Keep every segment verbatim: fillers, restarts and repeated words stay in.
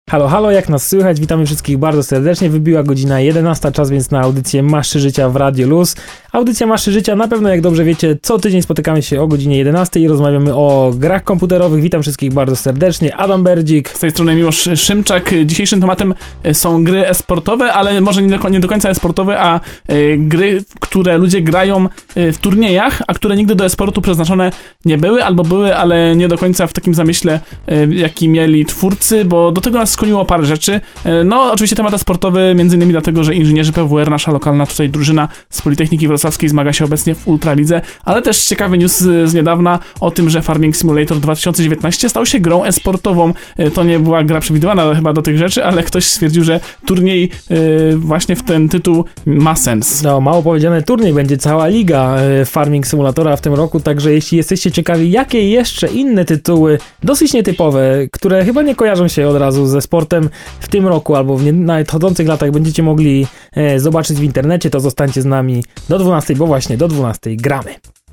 Halo, halo, jak nas słychać? Witamy wszystkich bardzo serdecznie. Wybiła godzina jedenasta, czas więc na audycję Maszy Życia w Radio Luz. Audycja Maszy Życia, na pewno jak dobrze wiecie, co tydzień spotykamy się o godzinie jedenastej i rozmawiamy o grach komputerowych. Witam wszystkich bardzo serdecznie. Adam Berdzik. Z tej strony Miłosz Szymczak. Dzisiejszym tematem są gry e-sportowe, ale może nie do, nie do końca e-sportowe, a y, gry, które ludzie grają y, w turniejach, a które nigdy do e-sportu przeznaczone nie były, albo były, ale nie do końca w takim zamyśle, y, jaki mieli twórcy, bo do tego nas skłoniło parę rzeczy. No, oczywiście temat sportowy, między innymi dlatego, że inżynierzy P W R, nasza lokalna tutaj drużyna z Politechniki Wrocławskiej, zmaga się obecnie w Ultralidze, ale też ciekawy news z, z niedawna o tym, że Farming Simulator dwa tysiące dziewiętnaście stał się grą e-sportową. To nie była gra przewidywana chyba do tych rzeczy, ale ktoś stwierdził, że turniej yy, właśnie w ten tytuł ma sens. No, mało powiedziane, turniej będzie cała liga yy, Farming Simulatora w tym roku, także jeśli jesteście ciekawi, jakie jeszcze inne tytuły, dosyć nietypowe, które chyba nie kojarzą się od razu ze sportem w tym roku albo w nadchodzących latach będziecie mogli e, zobaczyć w internecie, to zostańcie z nami do dwunastej, bo właśnie do dwunastej gramy.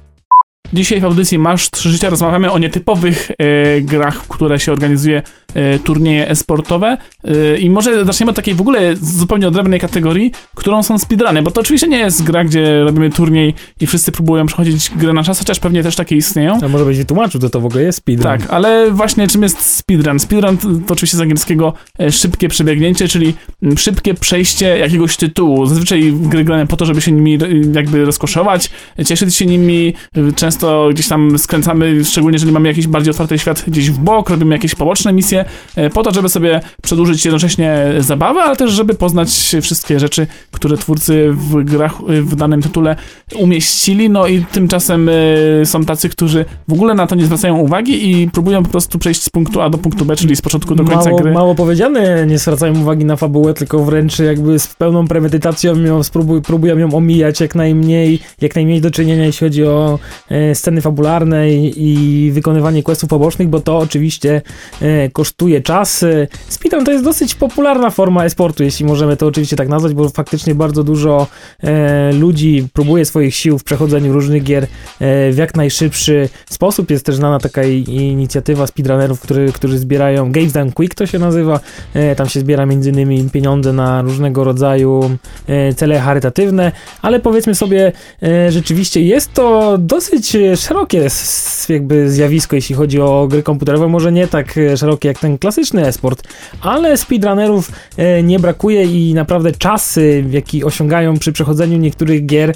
Dzisiaj w audycji Masz Trzy Życia rozmawiamy o nietypowych e, grach, w które się organizuje e, turnieje e-sportowe e, i może zaczniemy od takiej w ogóle zupełnie odrębnej kategorii, którą są speedruny, bo to oczywiście nie jest gra, gdzie robimy turniej i wszyscy próbują przechodzić grę na czas, chociaż pewnie też takie istnieją. A może byś wytłumaczył, to to w ogóle jest speedrun. Tak, ale właśnie czym jest speedrun? Speedrun to, to oczywiście z angielskiego e, szybkie przebiegnięcie, czyli m, szybkie przejście jakiegoś tytułu. Zazwyczaj gry grane po to, żeby się nimi jakby rozkoszować, cieszyć się nimi, często to gdzieś tam skręcamy, szczególnie jeżeli mamy jakiś bardziej otwarty świat gdzieś w bok, robimy jakieś poboczne misje, po to, żeby sobie przedłużyć jednocześnie zabawę, ale też żeby poznać wszystkie rzeczy, które twórcy w grach w danym tytule umieścili, no i tymczasem są tacy, którzy w ogóle na to nie zwracają uwagi i próbują po prostu przejść z punktu A do punktu B, czyli z początku do końca mało, gry. Mało powiedziane, nie zwracają uwagi na fabułę, tylko wręcz jakby z pełną premedytacją ją spróbuj, próbują ją omijać jak najmniej, jak najmniej do czynienia, jeśli chodzi o e, sceny fabularne i, i wykonywanie questów pobocznych, bo to oczywiście e, kosztuje czas. Speedrun to jest dosyć popularna forma e-sportu, jeśli możemy to oczywiście tak nazwać, bo faktycznie bardzo dużo e, ludzi próbuje swoich sił w przechodzeniu różnych gier e, w jak najszybszy sposób. Jest też znana taka i, inicjatywa speedrunnerów, który, którzy zbierają Games Done Quick, to się nazywa. E, tam się zbiera między innymi pieniądze na różnego rodzaju e, cele charytatywne, ale powiedzmy sobie, e, rzeczywiście jest to dosyć szerokie jakby zjawisko, jeśli chodzi o gry komputerowe, może nie tak szerokie jak ten klasyczny e-sport, ale speedrunnerów nie brakuje i naprawdę czasy, jakie osiągają przy przechodzeniu niektórych gier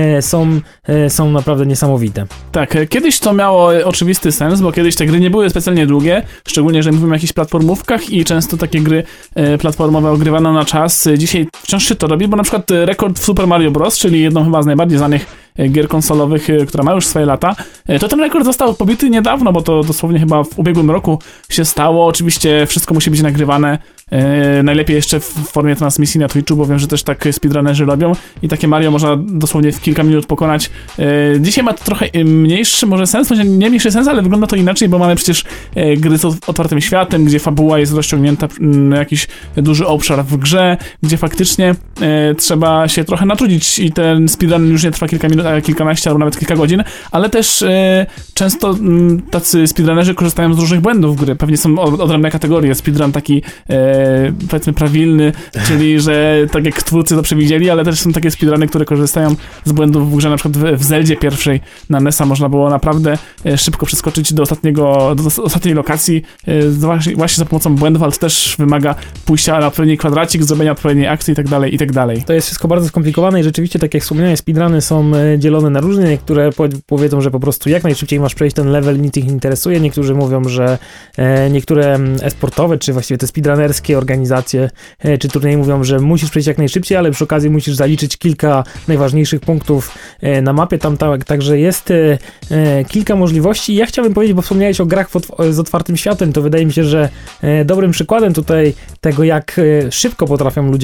są, są naprawdę niesamowite. Tak, kiedyś to miało oczywisty sens, bo kiedyś te gry nie były specjalnie długie, szczególnie, że mówimy o jakichś platformówkach i często takie gry platformowe ogrywano na czas. Dzisiaj wciąż się to robi, bo na przykład rekord w Super Mario Bros., czyli jedną chyba z najbardziej znanych gier konsolowych, która ma już swoje lata, to ten rekord został pobity niedawno, bo to dosłownie chyba w ubiegłym roku się stało. Oczywiście wszystko musi być nagrywane, e, najlepiej jeszcze w formie transmisji na Twitchu, bo wiem, że też tak speedrunnerzy robią i takie Mario można dosłownie w kilka minut pokonać. E, dzisiaj ma to trochę mniejszy może sens, może nie mniejszy sens, ale wygląda to inaczej, bo mamy przecież e, gry z otwartym światem, gdzie fabuła jest rozciągnięta na jakiś duży obszar w grze, gdzie faktycznie e, trzeba się trochę natrudzić i ten speedrun już nie trwa kilka minut, a kilkanaście albo nawet kilka godzin, ale też e, często m, tacy speedrunnerzy korzystają z różnych błędów gry. Pewnie są odrębne kategorie. Speedrun taki e, powiedzmy prawilny, czyli że tak jak twórcy to przewidzieli, ale też są takie speedruny, które korzystają z błędów w grze. Na przykład w, w Zeldzie pierwszej na nesa można było naprawdę e, szybko przeskoczyć do ostatniego, do ostatniej lokacji e, właśnie, właśnie za pomocą błędów, ale to też wymaga pójścia na odpowiedni kwadracik, zrobienia odpowiedniej akcji i tak dalej, i tak dalej. To jest wszystko bardzo skomplikowane i rzeczywiście, tak jak wspomniałem, speedruny są dzielone na różne. Niektóre powiedzą, że po prostu jak najszybciej masz przejść ten level, nic ich nie interesuje. Niektórzy mówią, że e, niektóre e-sportowe, czy właściwie te speedrunnerskie organizacje, e, czy turnieje mówią, że musisz przejść jak najszybciej, ale przy okazji musisz zaliczyć kilka najważniejszych punktów e, na mapie. Tam tak, także jest e, e, kilka możliwości. Ja chciałbym powiedzieć, bo wspomniałeś o grach w, z otwartym światem, to wydaje mi się, że e, dobrym przykładem tutaj tego, jak e, szybko potrafią ludzie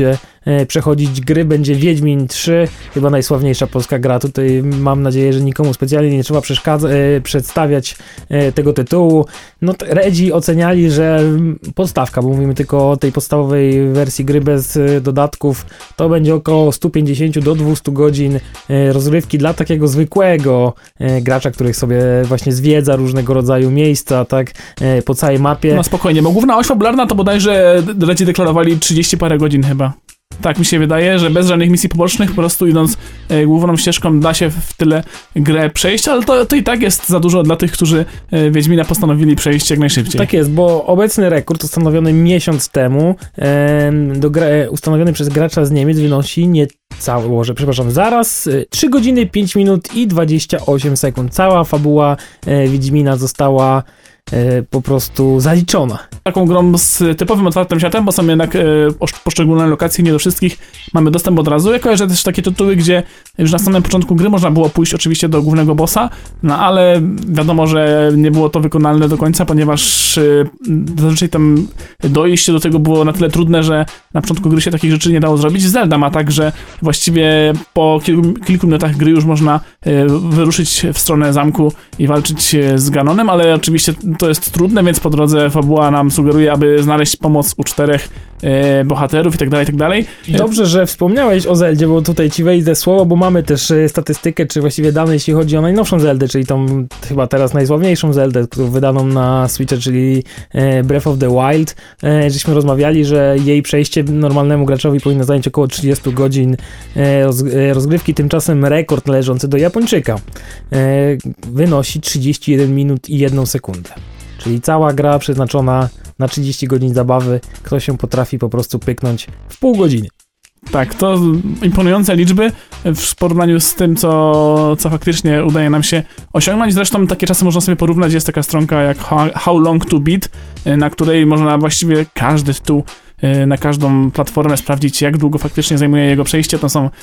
e, przechodzić gry, będzie Wiedźmin trzy, chyba najsławniejsza polska gra. Tutaj mam nadzieję, że nikomu specjalnie nie trzeba przeszkadza, e, przedstawiać e, tego tytułu. No Redzi oceniali, że podstawka, bo mówimy tylko o tej podstawowej wersji gry bez e, dodatków, to będzie około sto pięćdziesiąt do dwieście godzin e, rozrywki dla takiego zwykłego e, gracza, który sobie właśnie zwiedza różnego rodzaju miejsca, tak, e, po całej mapie. No spokojnie, bo główna oś fabularna to bodajże Redzi deklarowali trzydzieści parę godzin chyba. Tak mi się wydaje, że bez żadnych misji pobocznych, po prostu idąc e, główną ścieżką da się w tyle grę przejść, ale to, to i tak jest za dużo dla tych, którzy e, Wiedźmina postanowili przejść jak najszybciej. Tak jest, bo obecny rekord ustanowiony miesiąc temu, e, do gra, ustanowiony przez gracza z Niemiec wynosi nie cało, że przepraszam, zaraz e, trzy godziny, pięć minut i dwadzieścia osiem sekund. Cała fabuła e, Wiedźmina została e, po prostu zaliczona. Taką grą z typowym otwartym światem, bo są jednak e, poszczególne lokacje, nie do wszystkich mamy dostęp od razu. Ja kojarzę też takie tytuły, gdzie już na samym początku gry można było pójść oczywiście do głównego bossa, no ale wiadomo, że nie było to wykonalne do końca, ponieważ e, zazwyczaj tam dojście do tego było na tyle trudne, że na początku gry się takich rzeczy nie dało zrobić. Zelda ma tak, że właściwie po kilku, kilku minutach gry już można e, wyruszyć w stronę zamku i walczyć z Ganonem, ale oczywiście to jest trudne, więc po drodze fabuła nam sugeruje, aby znaleźć pomoc u czterech e, bohaterów i tak dalej, i tak dalej. Dobrze, że wspomniałeś o Zeldzie, bo tutaj ci wejdę słowo, bo mamy też e, statystykę, czy właściwie dane, jeśli chodzi o najnowszą Zeldę, czyli tą chyba teraz najsławniejszą Zeldę, którą wydaną na Switcha, czyli e, Breath of the Wild. E, żeśmy rozmawiali, że jej przejście normalnemu graczowi powinno zająć około trzydzieści godzin e, roz, e, rozgrywki, tymczasem rekord należący do Japończyka e, wynosi trzydzieści jeden minut i jedną sekundę. Czyli cała gra przeznaczona na trzydzieści godzin zabawy, ktoś się potrafi po prostu pyknąć w pół godziny. Tak, to imponujące liczby w porównaniu z tym, co, co faktycznie udaje nam się osiągnąć. Zresztą takie czasy można sobie porównać. Jest taka stronka jak How Long to Beat, na której można właściwie każdy tytuł na każdą platformę sprawdzić, jak długo faktycznie zajmuje jego przejście. To są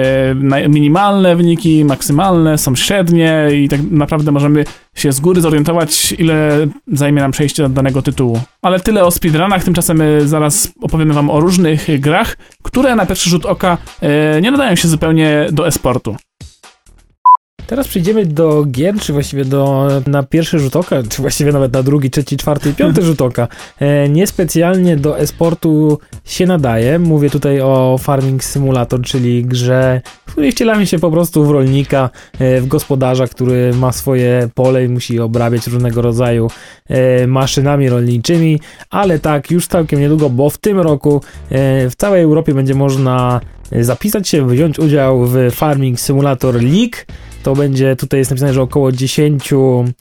e, minimalne wyniki, maksymalne, są średnie i tak naprawdę możemy się z góry zorientować, ile zajmie nam przejście do danego tytułu. Ale tyle o speedrunach, tymczasem zaraz opowiemy wam o różnych grach, które na pierwszy rzut oka e, nie nadają się zupełnie do e-sportu. Teraz przejdziemy do gier, czy właściwie do, na pierwszy rzut oka, czy właściwie nawet na drugi, trzeci, czwarty i piąty rzut oka. E, niespecjalnie do e-sportu się nadaje. Mówię tutaj o Farming Simulator, czyli grze, w której wcielamy się po prostu w rolnika, e, w gospodarza, który ma swoje pole i musi obrabiać różnego rodzaju e, maszynami rolniczymi, ale tak już całkiem niedługo, bo w tym roku e, w całej Europie będzie można zapisać się, wziąć udział w Farming Simulator League. To będzie, tutaj jest napisane, że około dziesięć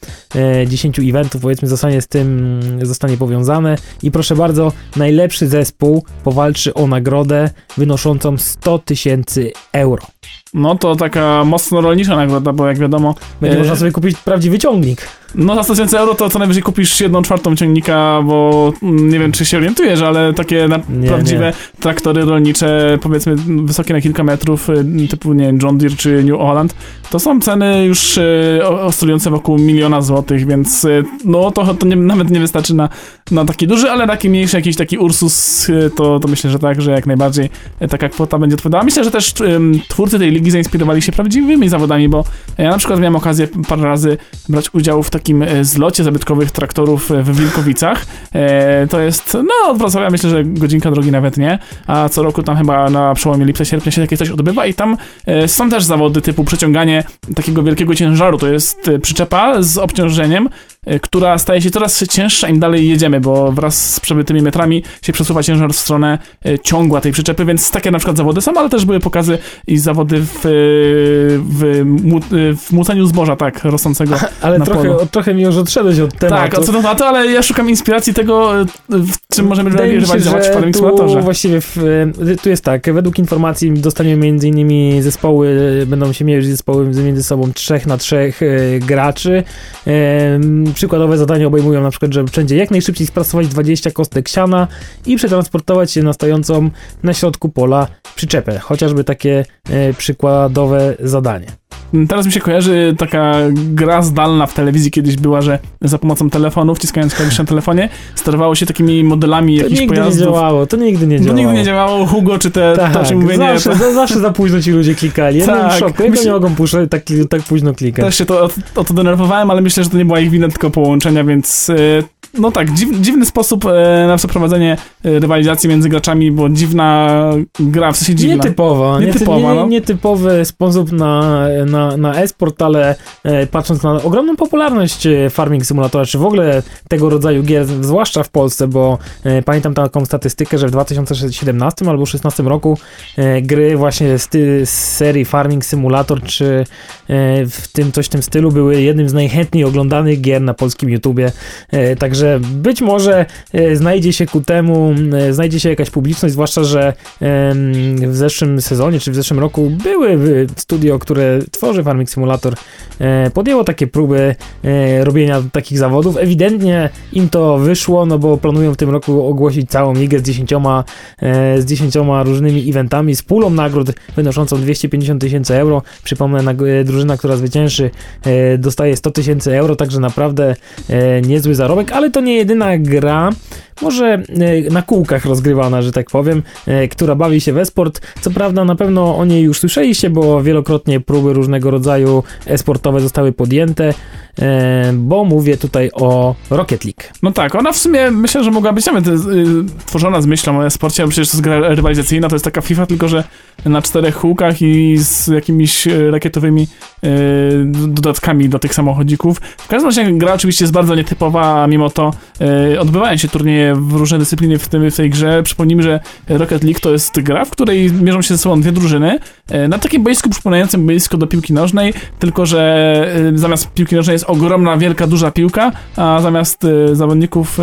eventów, powiedzmy, zostanie z tym, zostanie powiązane i proszę bardzo, najlepszy zespół powalczy o nagrodę wynoszącą sto tysięcy euro. No to taka mocno rolnicza nagroda, bo jak wiadomo... Będzie e... można sobie kupić prawdziwy ciągnik. No za sto tysięcy euro to co najwyżej kupisz jedną czwartą ciągnika, bo nie wiem, czy się orientujesz, ale takie na nie, prawdziwe nie. traktory rolnicze, powiedzmy wysokie na kilka metrów, typu nie wiem, John Deere czy New Holland, to są ceny już e, oscylujące wokół miliona złotych, więc e, no to, to nie, nawet nie wystarczy na, na taki duży, ale taki mniejszy, jakiś taki Ursus, e, to, to myślę, że tak, że jak najbardziej e, taka kwota będzie odpowiadała. Myślę, że też e, twórcy tej ligi zainspirowali się prawdziwymi zawodami, bo ja na przykład miałem okazję parę razy brać udział w takim zlocie zabytkowych traktorów w Wilkowicach. E, to jest, no od Wrocławia myślę, że godzinka drogi nawet nie, a co roku tam chyba na przełomie lipca, sierpnia się takie coś odbywa i tam e, są też zawody typu przeciąganie takiego wielkiego ciężaru. To jest e, przyczepa z obciążeniem, e, która staje się coraz cięższa, im dalej jedziemy, bo wraz z przebytymi metrami się przesuwa ciężar w stronę e, ciągła tej przyczepy, więc takie na przykład zawody są, ale też były pokazy i zawody w, w, w, w młóceniu zboża, tak, rosnącego ale na trochę, polu. trochę mi już odszedłeś od tematu. Tak, co to, ale ja szukam inspiracji tego, w czym możemy rywalizować w Farming Simulatorze. Właściwie w, tu jest tak, według informacji dostaniemy między innymi zespoły, będą się mierzyć zespoły między sobą trzech na trzech e, graczy. E, przykładowe zadania obejmują na przykład, żeby wszędzie jak najszybciej sprasować dwadzieścia kostek siana i przetransportować się na stojącą na środku pola przyczepę. Chociażby takie e, przykładowe zadanie. Teraz mi się kojarzy taka gra zdalna w telewizji kiedyś była, że za pomocą telefonu, wciskając klawisze na telefonie, sterowało się takimi modelami To jakichś nigdy pojazdów. nie działało, to nigdy nie działało. To nigdy nie działało, Hugo, czy te, tak, to, o czym mówię, zawsze, nie... za, zawsze za późno ci ludzie klikali. Ja Tak, byłem w szoku, jak myślę- oni mogą puszczać, tak, tak późno klikać. Też się to, o, o to denerwowałem, ale myślę, że to nie była ich wina, tylko połączenia, więc... Yy, no tak, dziw, dziwny sposób e, na przeprowadzenie e, rywalizacji między graczami, bo dziwna gra, w sensie dziwna. Nietypowa. Nietypowa, nie, no. Nietypowy sposób na, na, na e-sport, ale e, patrząc na ogromną popularność e, Farming Simulatora, czy w ogóle tego rodzaju gier, zwłaszcza w Polsce, bo e, pamiętam taką statystykę, że w dwa tysiące siedemnastym albo szesnastym roku e, gry właśnie z, ty, z serii Farming Simulator, czy e, w tym coś w tym stylu były jednym z najchętniej oglądanych gier na polskim YouTubie. E, także być może e, znajdzie się ku temu, e, znajdzie się jakaś publiczność, zwłaszcza, że e, w zeszłym sezonie, czy w zeszłym roku były e, studio, które tworzy Farming Simulator, e, podjęło takie próby e, robienia takich zawodów. Ewidentnie im to wyszło, no bo planują w tym roku ogłosić całą ligę z dziesięcioma, e, z dziesięcioma różnymi eventami, z pulą nagród wynoszącą dwieście pięćdziesiąt tysięcy euro. Przypomnę, nag- e, drużyna, która zwycięży, e, dostaje sto tysięcy euro, także naprawdę e, niezły zarobek, ale to nie jedyna gra, może e, na kółkach rozgrywana, że tak powiem, e, która bawi się w e-sport. Co prawda na pewno o niej już słyszeliście, bo wielokrotnie próby różnego rodzaju e-sportowe zostały podjęte, e, bo mówię tutaj o Rocket League. No tak, ona w sumie myślę, że mogła być nawet y, tworzona z myślą o e-sporcie, bo przecież to jest gra rywalizacyjna, to jest taka FIFA, tylko że na czterech kółkach i z jakimiś y, rakietowymi y, dodatkami do tych samochodzików. W każdym razie gra oczywiście jest bardzo nietypowa, a mimo to y, odbywają się turnieje w różne dyscypliny w, tym, w tej grze. Przypomnijmy, że Rocket League to jest gra, w której mierzą się ze sobą dwie drużyny y, na takim boisku przypominającym boisko do piłki nożnej, tylko że y, zamiast piłki nożnej jest ogromna, wielka, duża piłka, a zamiast y, zawodników, y,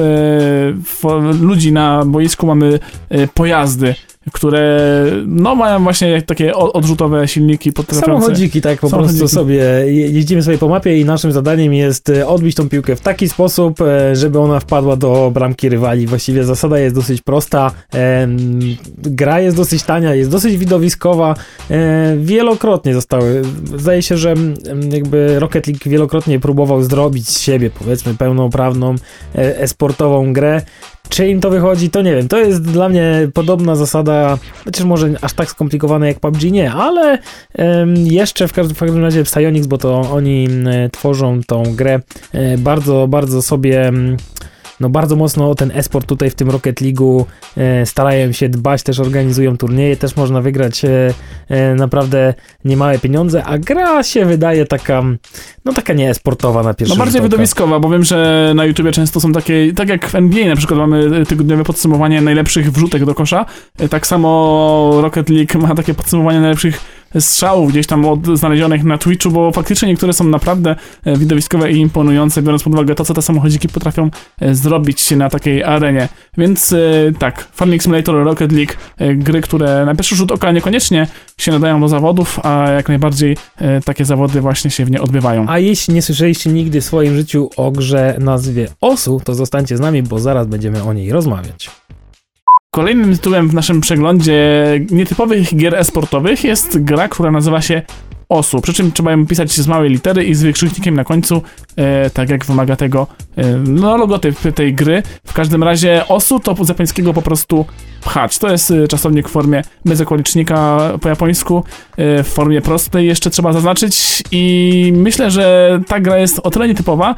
fo, ludzi na boisku mamy y, pojazdy, które no mają właśnie takie o- odrzutowe silniki potrafiące... Samochodziki, tak po Samochodziki. prostu sobie je- jeździmy sobie po mapie i naszym zadaniem jest e, odbić tą piłkę w taki sposób, e, żeby ona wpadła do bramki rywali. Właściwie zasada jest dosyć prosta, em, gra jest dosyć tania, jest dosyć widowiskowa, e, wielokrotnie zostały, zdaje się, że em, jakby Rocket League wielokrotnie próbował zrobić z siebie, powiedzmy, pełnoprawną e, e-sportową grę. Czy im to wychodzi, to nie wiem. To jest dla mnie podobna zasada, chociaż może aż tak skomplikowane jak P U B G nie, ale em, jeszcze w każdym, w każdym razie w Psyonix, bo to oni e, tworzą tą grę, e, bardzo, bardzo sobie... em, no bardzo mocno o ten e-sport tutaj w tym Rocket League'u e, starają się dbać, też organizują turnieje, też można wygrać e, e, naprawdę niemałe pieniądze, a gra się wydaje taka, no taka nie e-sportowa na pierwszy No bardziej rzut oka. widowiskowa, bo wiem, że na YouTubie często są takie, tak jak w N B A na przykład mamy tygodniowe podsumowanie najlepszych wrzutek do kosza, tak samo Rocket League ma takie podsumowanie najlepszych strzałów gdzieś tam od, znalezionych na Twitchu, bo faktycznie niektóre są naprawdę e, widowiskowe i imponujące, biorąc pod uwagę to, co te samochodziki potrafią e, zrobić na takiej arenie. Więc e, tak, Farming Simulator, Rocket League, e, gry, które na pierwszy rzut oka niekoniecznie się nadają do zawodów, a jak najbardziej e, takie zawody właśnie się w nie odbywają. A jeśli nie słyszeliście nigdy w swoim życiu o grze nazwie Osu, to zostańcie z nami, bo zaraz będziemy o niej rozmawiać. Kolejnym tytułem w naszym przeglądzie nietypowych gier e-sportowych jest gra, która nazywa się Osu, przy czym trzeba ją pisać z małej litery i z wykrzyknikiem na końcu, e, tak jak wymaga tego e, no, logotyp tej gry. W każdym razie Osu to z japońskiego po prostu pchacz. To jest e, czasownik w formie bez okolicznika po japońsku, e, w formie prostej jeszcze trzeba zaznaczyć i myślę, że ta gra jest o tyle nietypowa,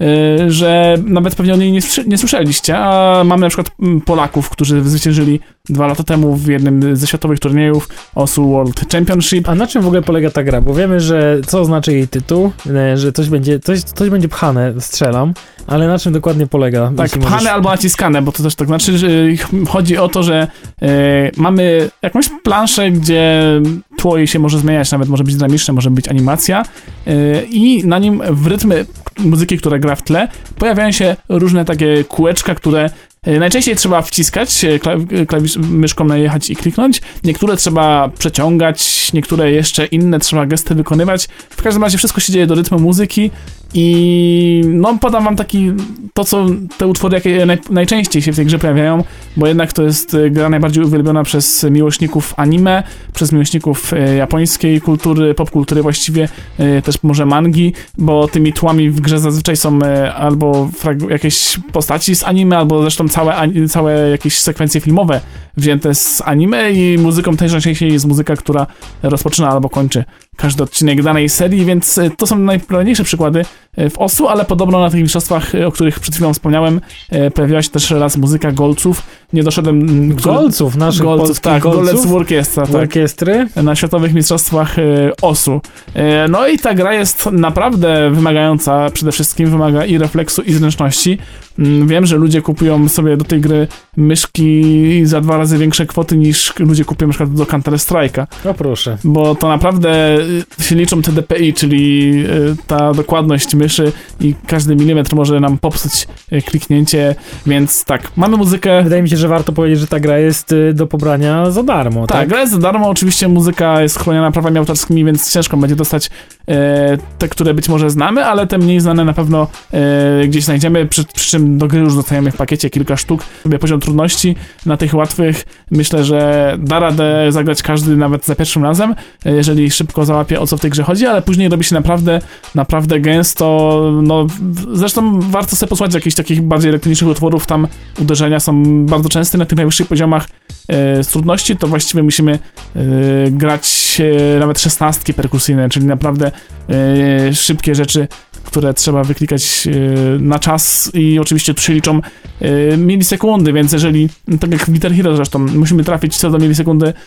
e, że nawet pewnie o niej nie, nie słyszeliście, a mamy na przykład Polaków, którzy zwyciężyli dwa lata temu w jednym ze światowych turniejów Osu World Championship. A na czym w ogóle polega ta gra? Bo wiemy, że co znaczy jej tytuł, e, że coś będzie, coś, coś będzie pchane, strzelam, ale na czym dokładnie polega? Tak, Jeśli pchane możesz- albo naciskane, bo to też tak znaczy, że chodzi o to, że e, mamy jakąś planszę, gdzie tło jej się może zmieniać, nawet może być dynamiczne, może być animacja e, i na nim w rytmy muzyki, która gra w tle, pojawiają się różne takie kółeczka, które e, najczęściej trzeba wciskać, e, kla- klawisz myszką najechać i kliknąć, niektóre trzeba przeciągać, niektóre jeszcze inne trzeba gesty wykonywać. W każdym razie wszystko się dzieje do rytmu muzyki I no podam wam taki, to co, te utwory jakie naj, najczęściej się w tej grze pojawiają, bo jednak to jest gra najbardziej uwielbiona przez miłośników anime, przez miłośników e, japońskiej kultury, popkultury właściwie, e, też może mangi, bo tymi tłami w grze zazwyczaj są e, albo frag- jakieś postaci z anime, albo zresztą całe, a, całe jakieś sekwencje filmowe wzięte z anime i muzyką też najczęściej jest muzyka, która rozpoczyna albo kończy każdy odcinek danej serii, więc to są najpopularniejsze przykłady w Osu, ale podobno na tych mistrzostwach, o których przed chwilą wspomniałem, pojawiła się też raz muzyka Golców. Nie doszedłem... Golców, naszych Golców, polskich tak, Golców? Golec Orkiestra, tak. Orkiestry? Na światowych mistrzostwach Osu. No i ta gra jest naprawdę wymagająca, przede wszystkim wymaga i refleksu, i zręczności. Wiem, że ludzie kupują sobie do tej gry myszki za dwa razy większe kwoty niż ludzie kupują na przykład do Counter-Strike'a. O proszę. Bo to naprawdę się liczą te D P I, czyli ta dokładność myszy i każdy milimetr może nam popsuć kliknięcie, więc tak, mamy muzykę. Wydaje mi się, że warto powiedzieć, że ta gra jest do pobrania za darmo, tak? Tak, gra jest za darmo, oczywiście muzyka jest chroniona prawami autorskimi, więc ciężko będzie dostać e, te, które być może znamy, ale te mniej znane na pewno e, gdzieś znajdziemy, przy, przy czym do gry już dostajemy w pakiecie kilka sztuk. Poziom trudności na tych łatwych myślę, że da radę zagrać każdy nawet za pierwszym razem, jeżeli szybko załapie, o co w tej grze chodzi, ale później robi się naprawdę, naprawdę gęsto, no zresztą warto sobie posłuchać jakichś takich bardziej elektronicznych utworów, tam uderzenia są bardzo częste na tych najwyższych poziomach e, z trudności, to właściwie musimy e, grać e, nawet szesnastki perkusyjne, czyli naprawdę e, szybkie rzeczy, które trzeba wyklikać e, na czas i oczywiście tu się liczą e, milisekundy, więc jeżeli, tak jak w Guitar Hero zresztą, musimy trafić co do milisekundy e,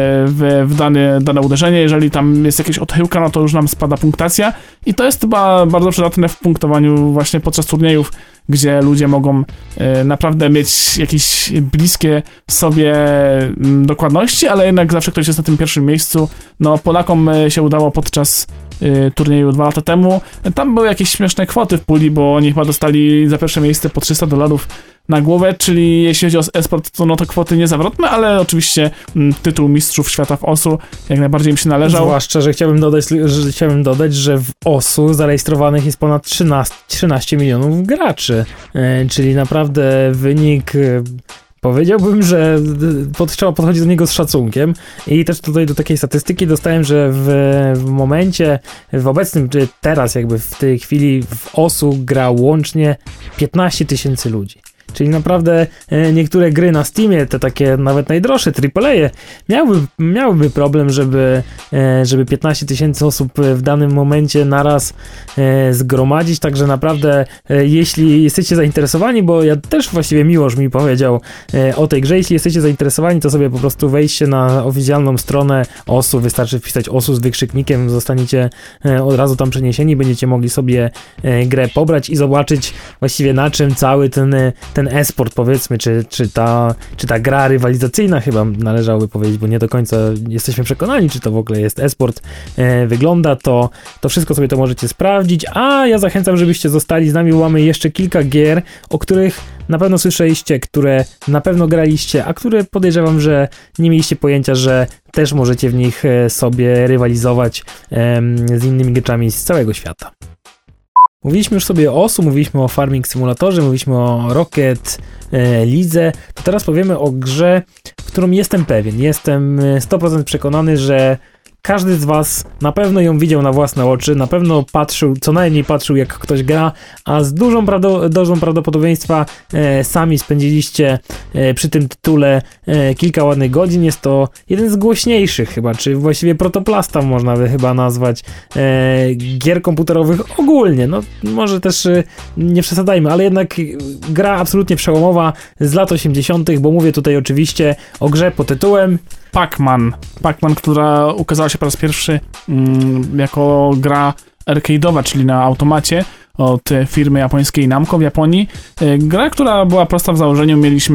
w, w dane, dane uderzenie, jeżeli tam jest jakieś odchyłka, no to już nam spada punktacja i to jest chyba bardzo przydatne w punktowaniu właśnie podczas turniejów, gdzie ludzie mogą e, naprawdę mieć jakieś bliskie sobie m, dokładności, ale jednak zawsze ktoś jest na tym pierwszym miejscu. No Polakom e, się udało podczas e, turnieju dwa lata temu. Tam były jakieś śmieszne kwoty w puli, bo oni chyba dostali za pierwsze miejsce po trzysta dolarów na głowę, czyli jeśli chodzi o e-sport, to no to kwoty niezawrotne, ale oczywiście m, tytuł mistrzów świata w Osu jak najbardziej im się należał. Zwłaszcza, że chciałbym dodać, że chciałbym dodać, że w Osu zarejestrowanych jest ponad trzynaście, trzynaście milionów graczy, e, czyli naprawdę wynik... E, Powiedziałbym, że pod, trzeba podchodzić do niego z szacunkiem i też tutaj do takiej statystyki dostałem, że w, w momencie, w obecnym, czy teraz jakby w tej chwili w Osu gra łącznie piętnaście tysięcy ludzi. Czyli naprawdę e, niektóre gry na Steamie, te takie nawet najdroższe, triple A, miałyby, miałyby problem, żeby, e, żeby piętnaście tysięcy osób w danym momencie naraz e, zgromadzić, także naprawdę e, jeśli jesteście zainteresowani, bo ja też właściwie Miłosz mi powiedział e, o tej grze, jeśli jesteście zainteresowani, to sobie po prostu wejdźcie na oficjalną stronę Osu, wystarczy wpisać Osu z wykrzyknikiem, zostaniecie e, od razu tam przeniesieni, będziecie mogli sobie e, grę pobrać i zobaczyć właściwie na czym cały ten ten e-sport, powiedzmy, czy, czy, ta, czy ta gra rywalizacyjna, chyba należałoby powiedzieć, bo nie do końca jesteśmy przekonani, czy to w ogóle jest e-sport, e, wygląda, to, to wszystko sobie to możecie sprawdzić, a ja zachęcam, żebyście zostali z nami, bo mamy jeszcze kilka gier, o których na pewno słyszeliście, które na pewno graliście, a które podejrzewam, że nie mieliście pojęcia, że też możecie w nich sobie rywalizować e, z innymi graczami z całego świata. Mówiliśmy już sobie o Osu, mówiliśmy o Farming Simulatorze, mówiliśmy o Rocket e, Lidze, to teraz powiemy o grze, w którą jestem pewien, jestem sto procent przekonany, że każdy z was na pewno ją widział na własne oczy, na pewno patrzył, co najmniej patrzył jak ktoś gra, a z dużą, prawdo, dużą prawdopodobieństwa e, sami spędziliście e, przy tym tytule e, kilka ładnych godzin. Jest to jeden z głośniejszych chyba, czy właściwie protoplasta można by chyba nazwać e, gier komputerowych ogólnie. No może też e, nie przesadzajmy, ale jednak gra absolutnie przełomowa z lat osiemdziesiątych, bo mówię tutaj oczywiście o grze pod tytułem Pac-Man. Pac-Man, która ukazała się po raz pierwszy mm, jako gra arcade'owa, czyli na automacie od firmy japońskiej Namco w Japonii. Gra, która była prosta w założeniu. Mieliśmy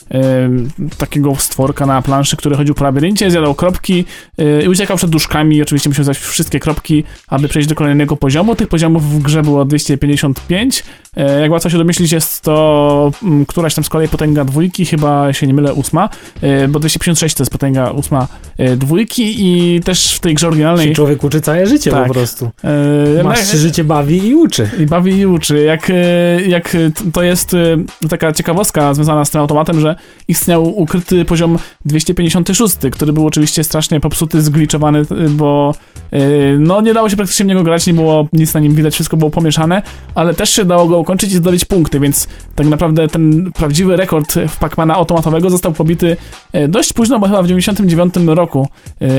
takiego stworka na planszy, który chodził po labiryncie, zjadał kropki yy, i uciekał przed duszkami. Oczywiście musiał zjść wszystkie kropki, aby przejść do kolejnego poziomu. Tych poziomów w grze było dwieście pięćdziesiąt pięć. Yy, jak łatwo się domyślić, jest to yy, któraś tam z kolei potęga dwójki, chyba się nie mylę, ósma, yy, bo dwieście pięćdziesiąt sześć to jest potęga ósma yy, dwójki i też w tej grze oryginalnej... Człowiek uczy całe życie tak. po prostu. Yy, Masz się życie bawi i uczy. I bawi i uczy. Jak, jak to jest taka ciekawostka związana z tym automatem, że istniał ukryty poziom dwieście pięćdziesiąt sześć, który był oczywiście strasznie popsuty, zgliczowany, bo no nie dało się praktycznie w niego grać, nie było nic na nim widać, wszystko było pomieszane, ale też się dało go ukończyć i zdobyć punkty, więc tak naprawdę ten prawdziwy rekord w Pac-Mana automatowego został pobity dość późno, bo chyba w dziewięćdziesiątym dziewiątym roku,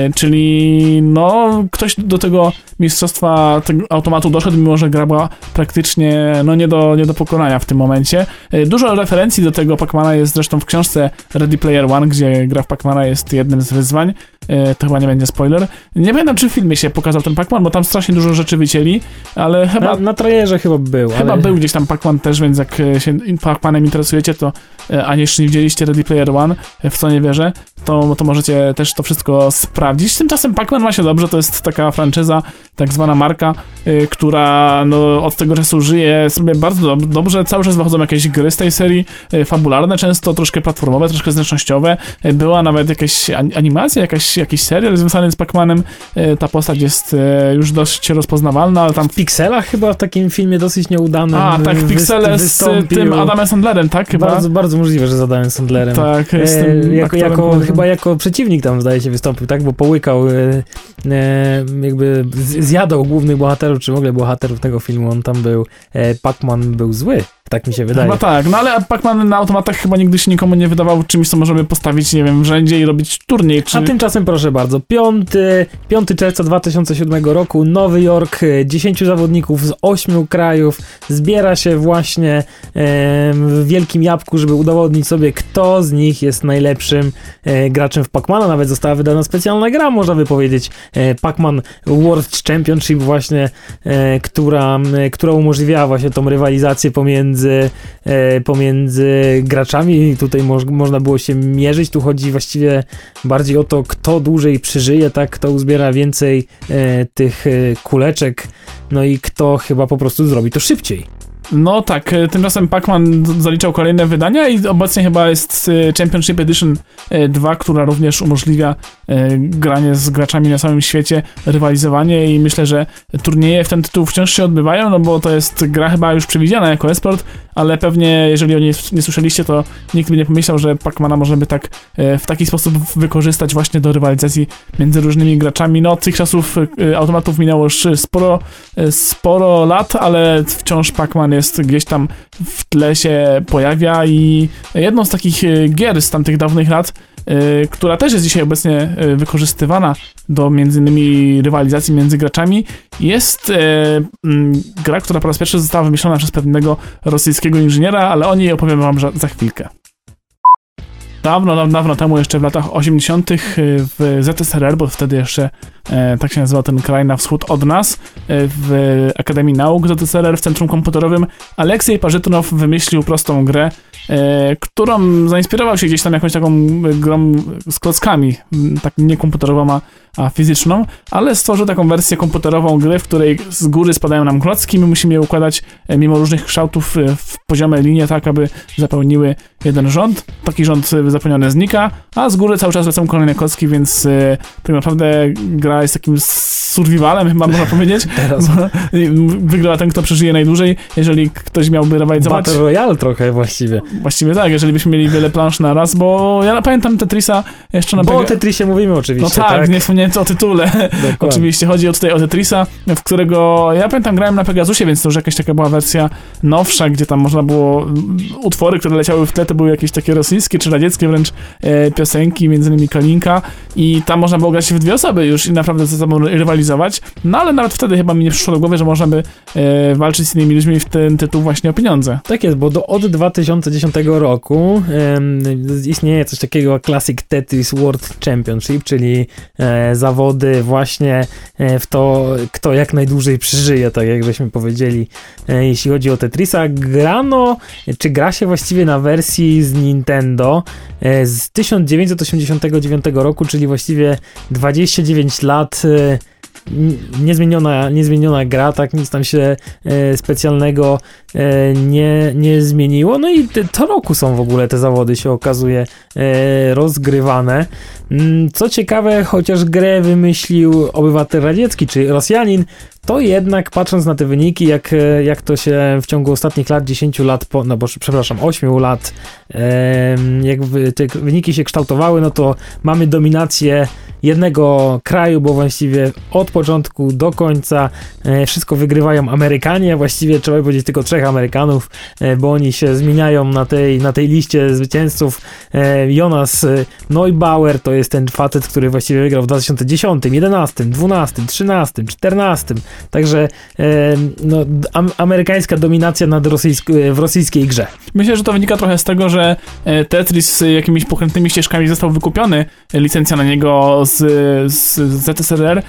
czyli no ktoś do tego mistrzostwa tego automatu doszedł, mimo że gra była praktycznie no nie do, nie do pokonania w tym momencie. Dużo referencji do tego Pac-Mana jest zresztą w książce Ready Player One, gdzie gra w Pac-Mana jest jednym z wyzwań. To chyba nie będzie spoiler. Nie pamiętam, czy w filmie się pokazał ten Pac-Man, bo tam strasznie dużo rzeczy wycięli, ale chyba... Na, na trailerze chyba był. Chyba ale... był gdzieś tam Pac-Man też, więc jak się Pac-Manem interesujecie, to a jeszcze nie widzieliście Ready Player One, w co nie wierzę, to, to możecie też to wszystko sprawdzić. Tymczasem Pac-Man ma się dobrze, to jest taka franczyza, tak zwana marka, y, która no, od tego czasu żyje sobie bardzo dob- dobrze. Cały czas wychodzą jakieś gry z tej serii, y, fabularne często, troszkę platformowe, troszkę zręcznościowe. Y, była nawet jakaś animacja, jakaś, jakiś serial związany z Pac-Manem. Y, ta postać jest y, już dość rozpoznawalna, ale tam... W Pixelach chyba w takim filmie dosyć nieudanym A, tak, Pixele z tym Adamem Sandlerem, tak? Chyba? Bardzo, bardzo możliwe, że z Adamem Sandlerem. Tak, z e, tym jako, jako, chyba jako przeciwnik tam zdaje się wystąpił, tak? Bo połykał, e, e, jakby zjadał głównych bohaterów, czy w ogóle bohaterów tego filmu, on tam był, e, Pac-Man był zły. Tak mi się wydaje. Chyba tak, no ale Pac-Man na automatach chyba nigdy się nikomu nie wydawał czymś, co możemy postawić, nie wiem, w rzędzie i robić turniej. Czy... A tymczasem proszę bardzo, piątego czerwca dwa tysiące siódmego roku, Nowy Jork, dziesięciu zawodników z ośmiu krajów zbiera się właśnie e, w Wielkim Jabłku, żeby udowodnić sobie, kto z nich jest najlepszym e, graczem w Pac-Mana. Nawet została wydana specjalna gra, można by powiedzieć, e, Pac-Man World Championship właśnie, e, która, e, która umożliwiała właśnie tą rywalizację pomiędzy Pomiędzy, e, pomiędzy graczami. Tutaj moż, można było się mierzyć. Tu chodzi właściwie bardziej o to, kto dłużej przeżyje, tak? Kto uzbiera więcej e, tych e, kuleczek, no i kto chyba po prostu zrobi to szybciej. No tak, tymczasem Pac-Man zaliczał kolejne wydania i obecnie chyba jest Championship Edition dwa, która również umożliwia granie z graczami na całym świecie, rywalizowanie i myślę, że turnieje w ten tytuł wciąż się odbywają, no bo to jest gra chyba już przewidziana jako esport, ale pewnie jeżeli o niej nie słyszeliście, to nikt by nie pomyślał, że Pac-Mana można by tak w taki sposób wykorzystać właśnie do rywalizacji między różnymi graczami. No od tych czasów automatów minęło już sporo, sporo lat, ale wciąż Pac-Man jest gdzieś tam w tle się pojawia i jedną z takich gier z tamtych dawnych lat, y, która też jest dzisiaj obecnie wykorzystywana do między innymi rywalizacji między graczami, jest y, y, gra, która po raz pierwszy została wymyślona przez pewnego rosyjskiego inżyniera, ale o niej opowiem wam za, za chwilkę. Dawno, dawno, dawno temu, jeszcze w latach osiemdziesiątych w Z S R R, bo wtedy jeszcze e, tak się nazywał ten kraj na wschód od nas, e, w Akademii Nauk Z S R R w Centrum Komputerowym, Aleksiej Parzytnow wymyślił prostą grę, e, którą zainspirował się gdzieś tam jakąś taką grą z klockami, tak nie komputerową, a, a fizyczną, ale stworzył taką wersję komputerową gry, w której z góry spadają nam klocki, my musimy je układać e, mimo różnych kształtów e, w poziome linie, tak aby zapełniły jeden rząd. Taki rząd zapełniony znika, a z góry cały czas lecą kolejne klocki, więc y, tak naprawdę gra jest takim survivalem, chyba można powiedzieć. Teraz. Wygrywa ten, kto przeżyje najdłużej. Jeżeli ktoś miałby rywalizować... Battle Royale trochę właściwie. Właściwie tak, jeżeli byśmy mieli wiele plansz na raz, bo ja pamiętam Tetrisa jeszcze na... Bo Pega... o Tetrisie mówimy oczywiście, No tak, tak? nie wspomniałem o tytule. Oczywiście, chodzi o tutaj o Tetrisa, w którego ja pamiętam grałem na Pegasusie, więc to już jakaś taka była wersja nowsza, gdzie tam można było utwory, które leciały w tle, to były jakieś takie rosyjskie czy radzieckie wręcz e, piosenki, między innymi Kalinka i tam można było grać w dwie osoby już i na, naprawdę ze sobą rywalizować, no ale nawet wtedy chyba mi nie przyszło do głowy, że można by e, walczyć z innymi ludźmi w ten tytuł właśnie o pieniądze. Tak jest, bo do, od dwa tysiące dziesiątego roku em, istnieje coś takiego jak Classic Tetris World Championship, czyli e, zawody właśnie e, w to, kto jak najdłużej przeżyje, tak jak żeśmy powiedzieli, e, jeśli chodzi o Tetrisa. Grano, czy gra się właściwie na wersji z Nintendo e, z tysiąc dziewięćset osiemdziesiątego dziewiątego roku, czyli właściwie dwadzieścia dziewięć lat e, niezmieniona, niezmieniona gra, tak, nic tam się e, specjalnego e, nie, nie zmieniło. No i te, to roku są w ogóle te zawody, się okazuje, e, rozgrywane. Co ciekawe, chociaż grę wymyślił obywatel radziecki, czy Rosjanin, to jednak patrząc na te wyniki, jak, jak to się w ciągu ostatnich lat, dziesięciu lat, po, no bo przepraszam, ośmiu lat, e, jak te wyniki się kształtowały, no to mamy dominację jednego kraju, bo właściwie od początku do końca e, wszystko wygrywają Amerykanie, właściwie trzeba powiedzieć tylko trzech Amerykanów, e, bo oni się zmieniają na tej, na tej liście zwycięzców. E, Jonas Neubauer to jest ten facet, który właściwie wygrał w dwa tysiące dziesiątym, jedenastym, dwunastym, trzynastym, czternastym. Także e, no, am, amerykańska dominacja nad rosyjsk, w rosyjskiej grze. Myślę, że to wynika trochę z tego, że Tetris jakimiś pokrętnymi ścieżkami został wykupiony, licencja na niego z, z Z S R R.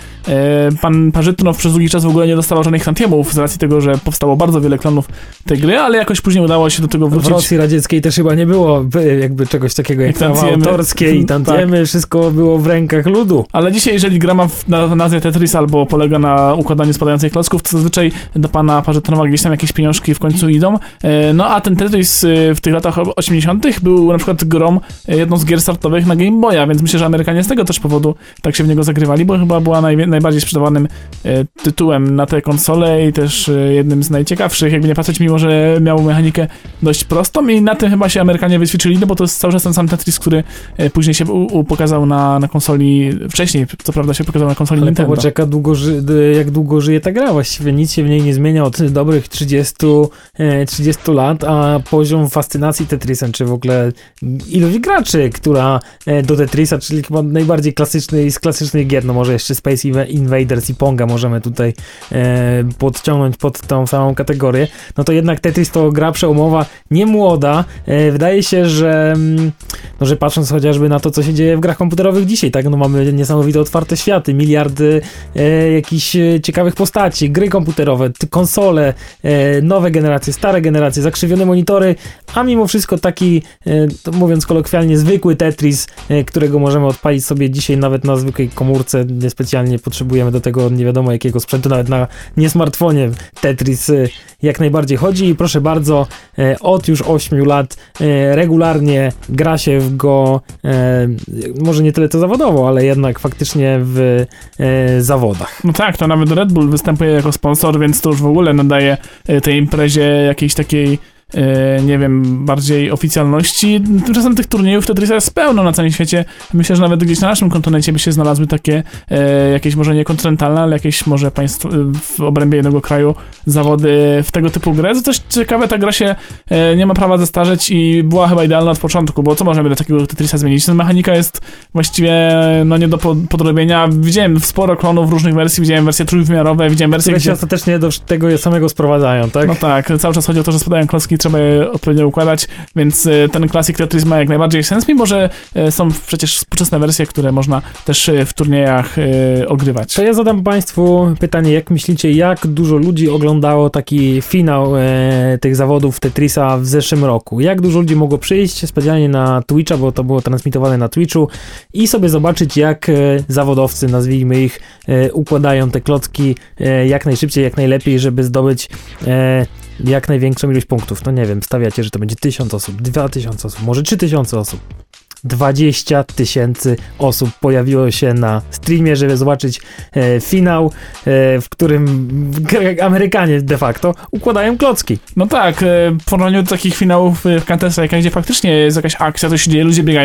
Pan Parzytnow przez długi czas w ogóle nie dostawał żadnych tantiemów z racji tego, że powstało bardzo wiele klonów tej gry, ale jakoś później udało się do tego wrócić. W Rosji radzieckiej też chyba nie było jakby czegoś takiego jak prawa autorskie i tantiemy, tak. Wszystko było w rękach ludu. Ale dzisiaj, jeżeli gra ma w, na, w nazwie Tetris albo polega na układaniu spadających klocków, to zazwyczaj do pana Parzytnowa gdzieś tam jakieś pieniążki w końcu idą. No a ten Tetris w tych latach osiemdziesiątych był na przykład grą, jedną z gier startowych na Game Boya, więc myślę, że Amerykanie z tego też powodu tak się w niego zagrywali, bo chyba była naj, najbardziej sprzedawanym e, tytułem na tę konsolę i też e, jednym z najciekawszych, jakby nie patrzeć, mimo że miał mechanikę dość prostą i na tym chyba się Amerykanie wyćwiczyli, no bo to jest cały czas ten sam Tetris, który e, później się u, u, pokazał na, na konsoli, wcześniej co prawda się pokazał na konsoli ale Nintendo. Poczeka, długo ży, jak długo żyje ta gra, właściwie nic się w niej nie zmienia od dobrych trzydziestu, trzydziestu lat, a poziom fascynacji Tetrisem, czy w ogóle ilość graczy, która do Tetrisa, czyli chyba najbardziej klasyczny z klasycznych gier, no może jeszcze Space Invaders i Ponga możemy tutaj e, podciągnąć pod tą samą kategorię, no to jednak Tetris to gra przełomowa, nie młoda. E, wydaje się, że no, że patrząc chociażby na to, co się dzieje w grach komputerowych dzisiaj, tak, no mamy niesamowite otwarte światy, miliardy e, jakichś ciekawych postaci, gry komputerowe, konsole, e, nowe generacje, stare generacje, zakrzywione monitory, a mimo wszystko taki, e, to mówiąc kolokwialnie, zwykły Tetris, e, którego możemy odpalić sobie dzisiaj nawet na zwykłej komórce, niespecjalnie potrzebujemy do tego nie wiadomo jakiego sprzętu, nawet na nie smartfonie Tetris e, jak najbardziej chodzi i proszę bardzo, e, od już ośmiu lat e, regularnie gra się w go, e, może nie tyle co zawodowo, ale jednak faktycznie w e, zawodach. No tak, to nawet Red Bull występuje jako sponsor, więc to już w ogóle nadaje tej imprezie jakiejś takiej Yy, nie wiem, bardziej oficjalności. Tymczasem tych turniejów Tetrisa jest pełno na całym świecie. Myślę, że nawet gdzieś na naszym kontynencie by się znalazły takie yy, jakieś może nie kontynentalne, ale jakieś może państw yy, w obrębie jednego kraju zawody w tego typu grę. Co też ciekawe, ta gra się yy, nie ma prawa zestarzeć i była chyba idealna od początku, bo co możemy do takiego Tetrisa zmienić? Ta mechanika jest właściwie no nie do podrobienia. Widziałem sporo klonów różnych wersji, widziałem wersje trójwymiarowe, widziałem wersje, które gdzie... się ostatecznie do tego samego sprowadzają, tak? No tak, cały czas chodzi o to, że spadają klocki, trzeba je odpowiednio układać, więc ten Classic Tetris ma jak najbardziej sens, mimo że są przecież współczesne wersje, które można też w turniejach ogrywać. To ja zadam państwu pytanie, jak myślicie, jak dużo ludzi oglądało taki finał e, tych zawodów Tetrisa w zeszłym roku? Jak dużo ludzi mogło przyjść specjalnie na Twitcha, bo to było transmitowane na Twitchu i sobie zobaczyć, jak e, zawodowcy, nazwijmy ich, e, układają te klocki e, jak najszybciej, jak najlepiej, żeby zdobyć e, jak największą ilość punktów. No nie wiem, stawiacie, że to będzie tysiąc osób, dwa tysiące osób, może trzy tysiące osób. dwadzieścia tysięcy osób pojawiło się na streamie, żeby zobaczyć e, finał, e, w którym Amerykanie de facto układają klocki. No tak, e, w porównaniu do takich finałów w Counter-Strike'a, gdzie faktycznie jest jakaś akcja, coś się dzieje, ludzie biegają,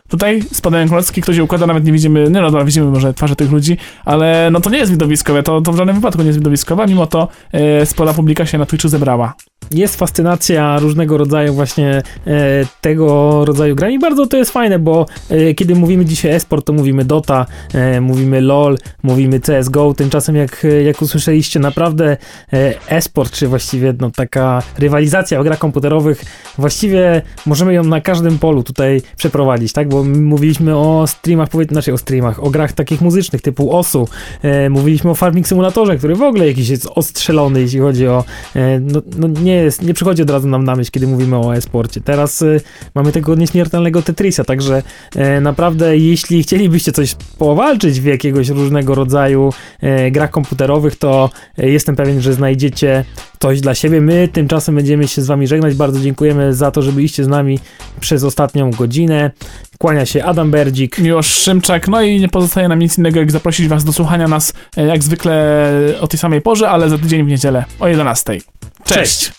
Tutaj spadają klocki, ktoś je układa, nawet nie widzimy, nie no, dobra, widzimy może twarze tych ludzi, ale no to nie jest widowiskowe, to, to w żadnym wypadku nie jest widowiskowe, mimo to e, spora publika się na Twitchu zebrała. Jest fascynacja różnego rodzaju właśnie e, tego rodzaju grami. Bardzo to jest fajne, bo e, kiedy mówimy dzisiaj e-sport, to mówimy Dota, e, mówimy LoL, mówimy C S G O. Tymczasem jak, jak usłyszeliście, naprawdę e, e-sport, czy właściwie no, taka rywalizacja w grach komputerowych, właściwie możemy ją na każdym polu tutaj przeprowadzić, tak? Bo mówiliśmy o streamach, powiedzmy, znaczy o streamach, o grach takich muzycznych typu Osu, e, mówiliśmy o Farming Simulatorze, który w ogóle jakiś jest ostrzelony, jeśli chodzi o e, no, no nie jest, nie przychodzi od razu nam na myśl, kiedy mówimy o e-sporcie. Teraz y, mamy tego nieśmiertelnego Tetrisa, także y, naprawdę jeśli chcielibyście coś powalczyć w jakiegoś różnego rodzaju y, grach komputerowych, to y, jestem pewien, że znajdziecie coś dla siebie. My tymczasem będziemy się z wami żegnać. Bardzo dziękujemy za to, że byliście z nami przez ostatnią godzinę. Kłania się Adam Berdzik, Miłosz Szymczak, no i nie pozostaje nam nic innego, jak zaprosić was do słuchania nas jak zwykle o tej samej porze, ale za tydzień w niedzielę o jedenastej. Cześć! Cześć.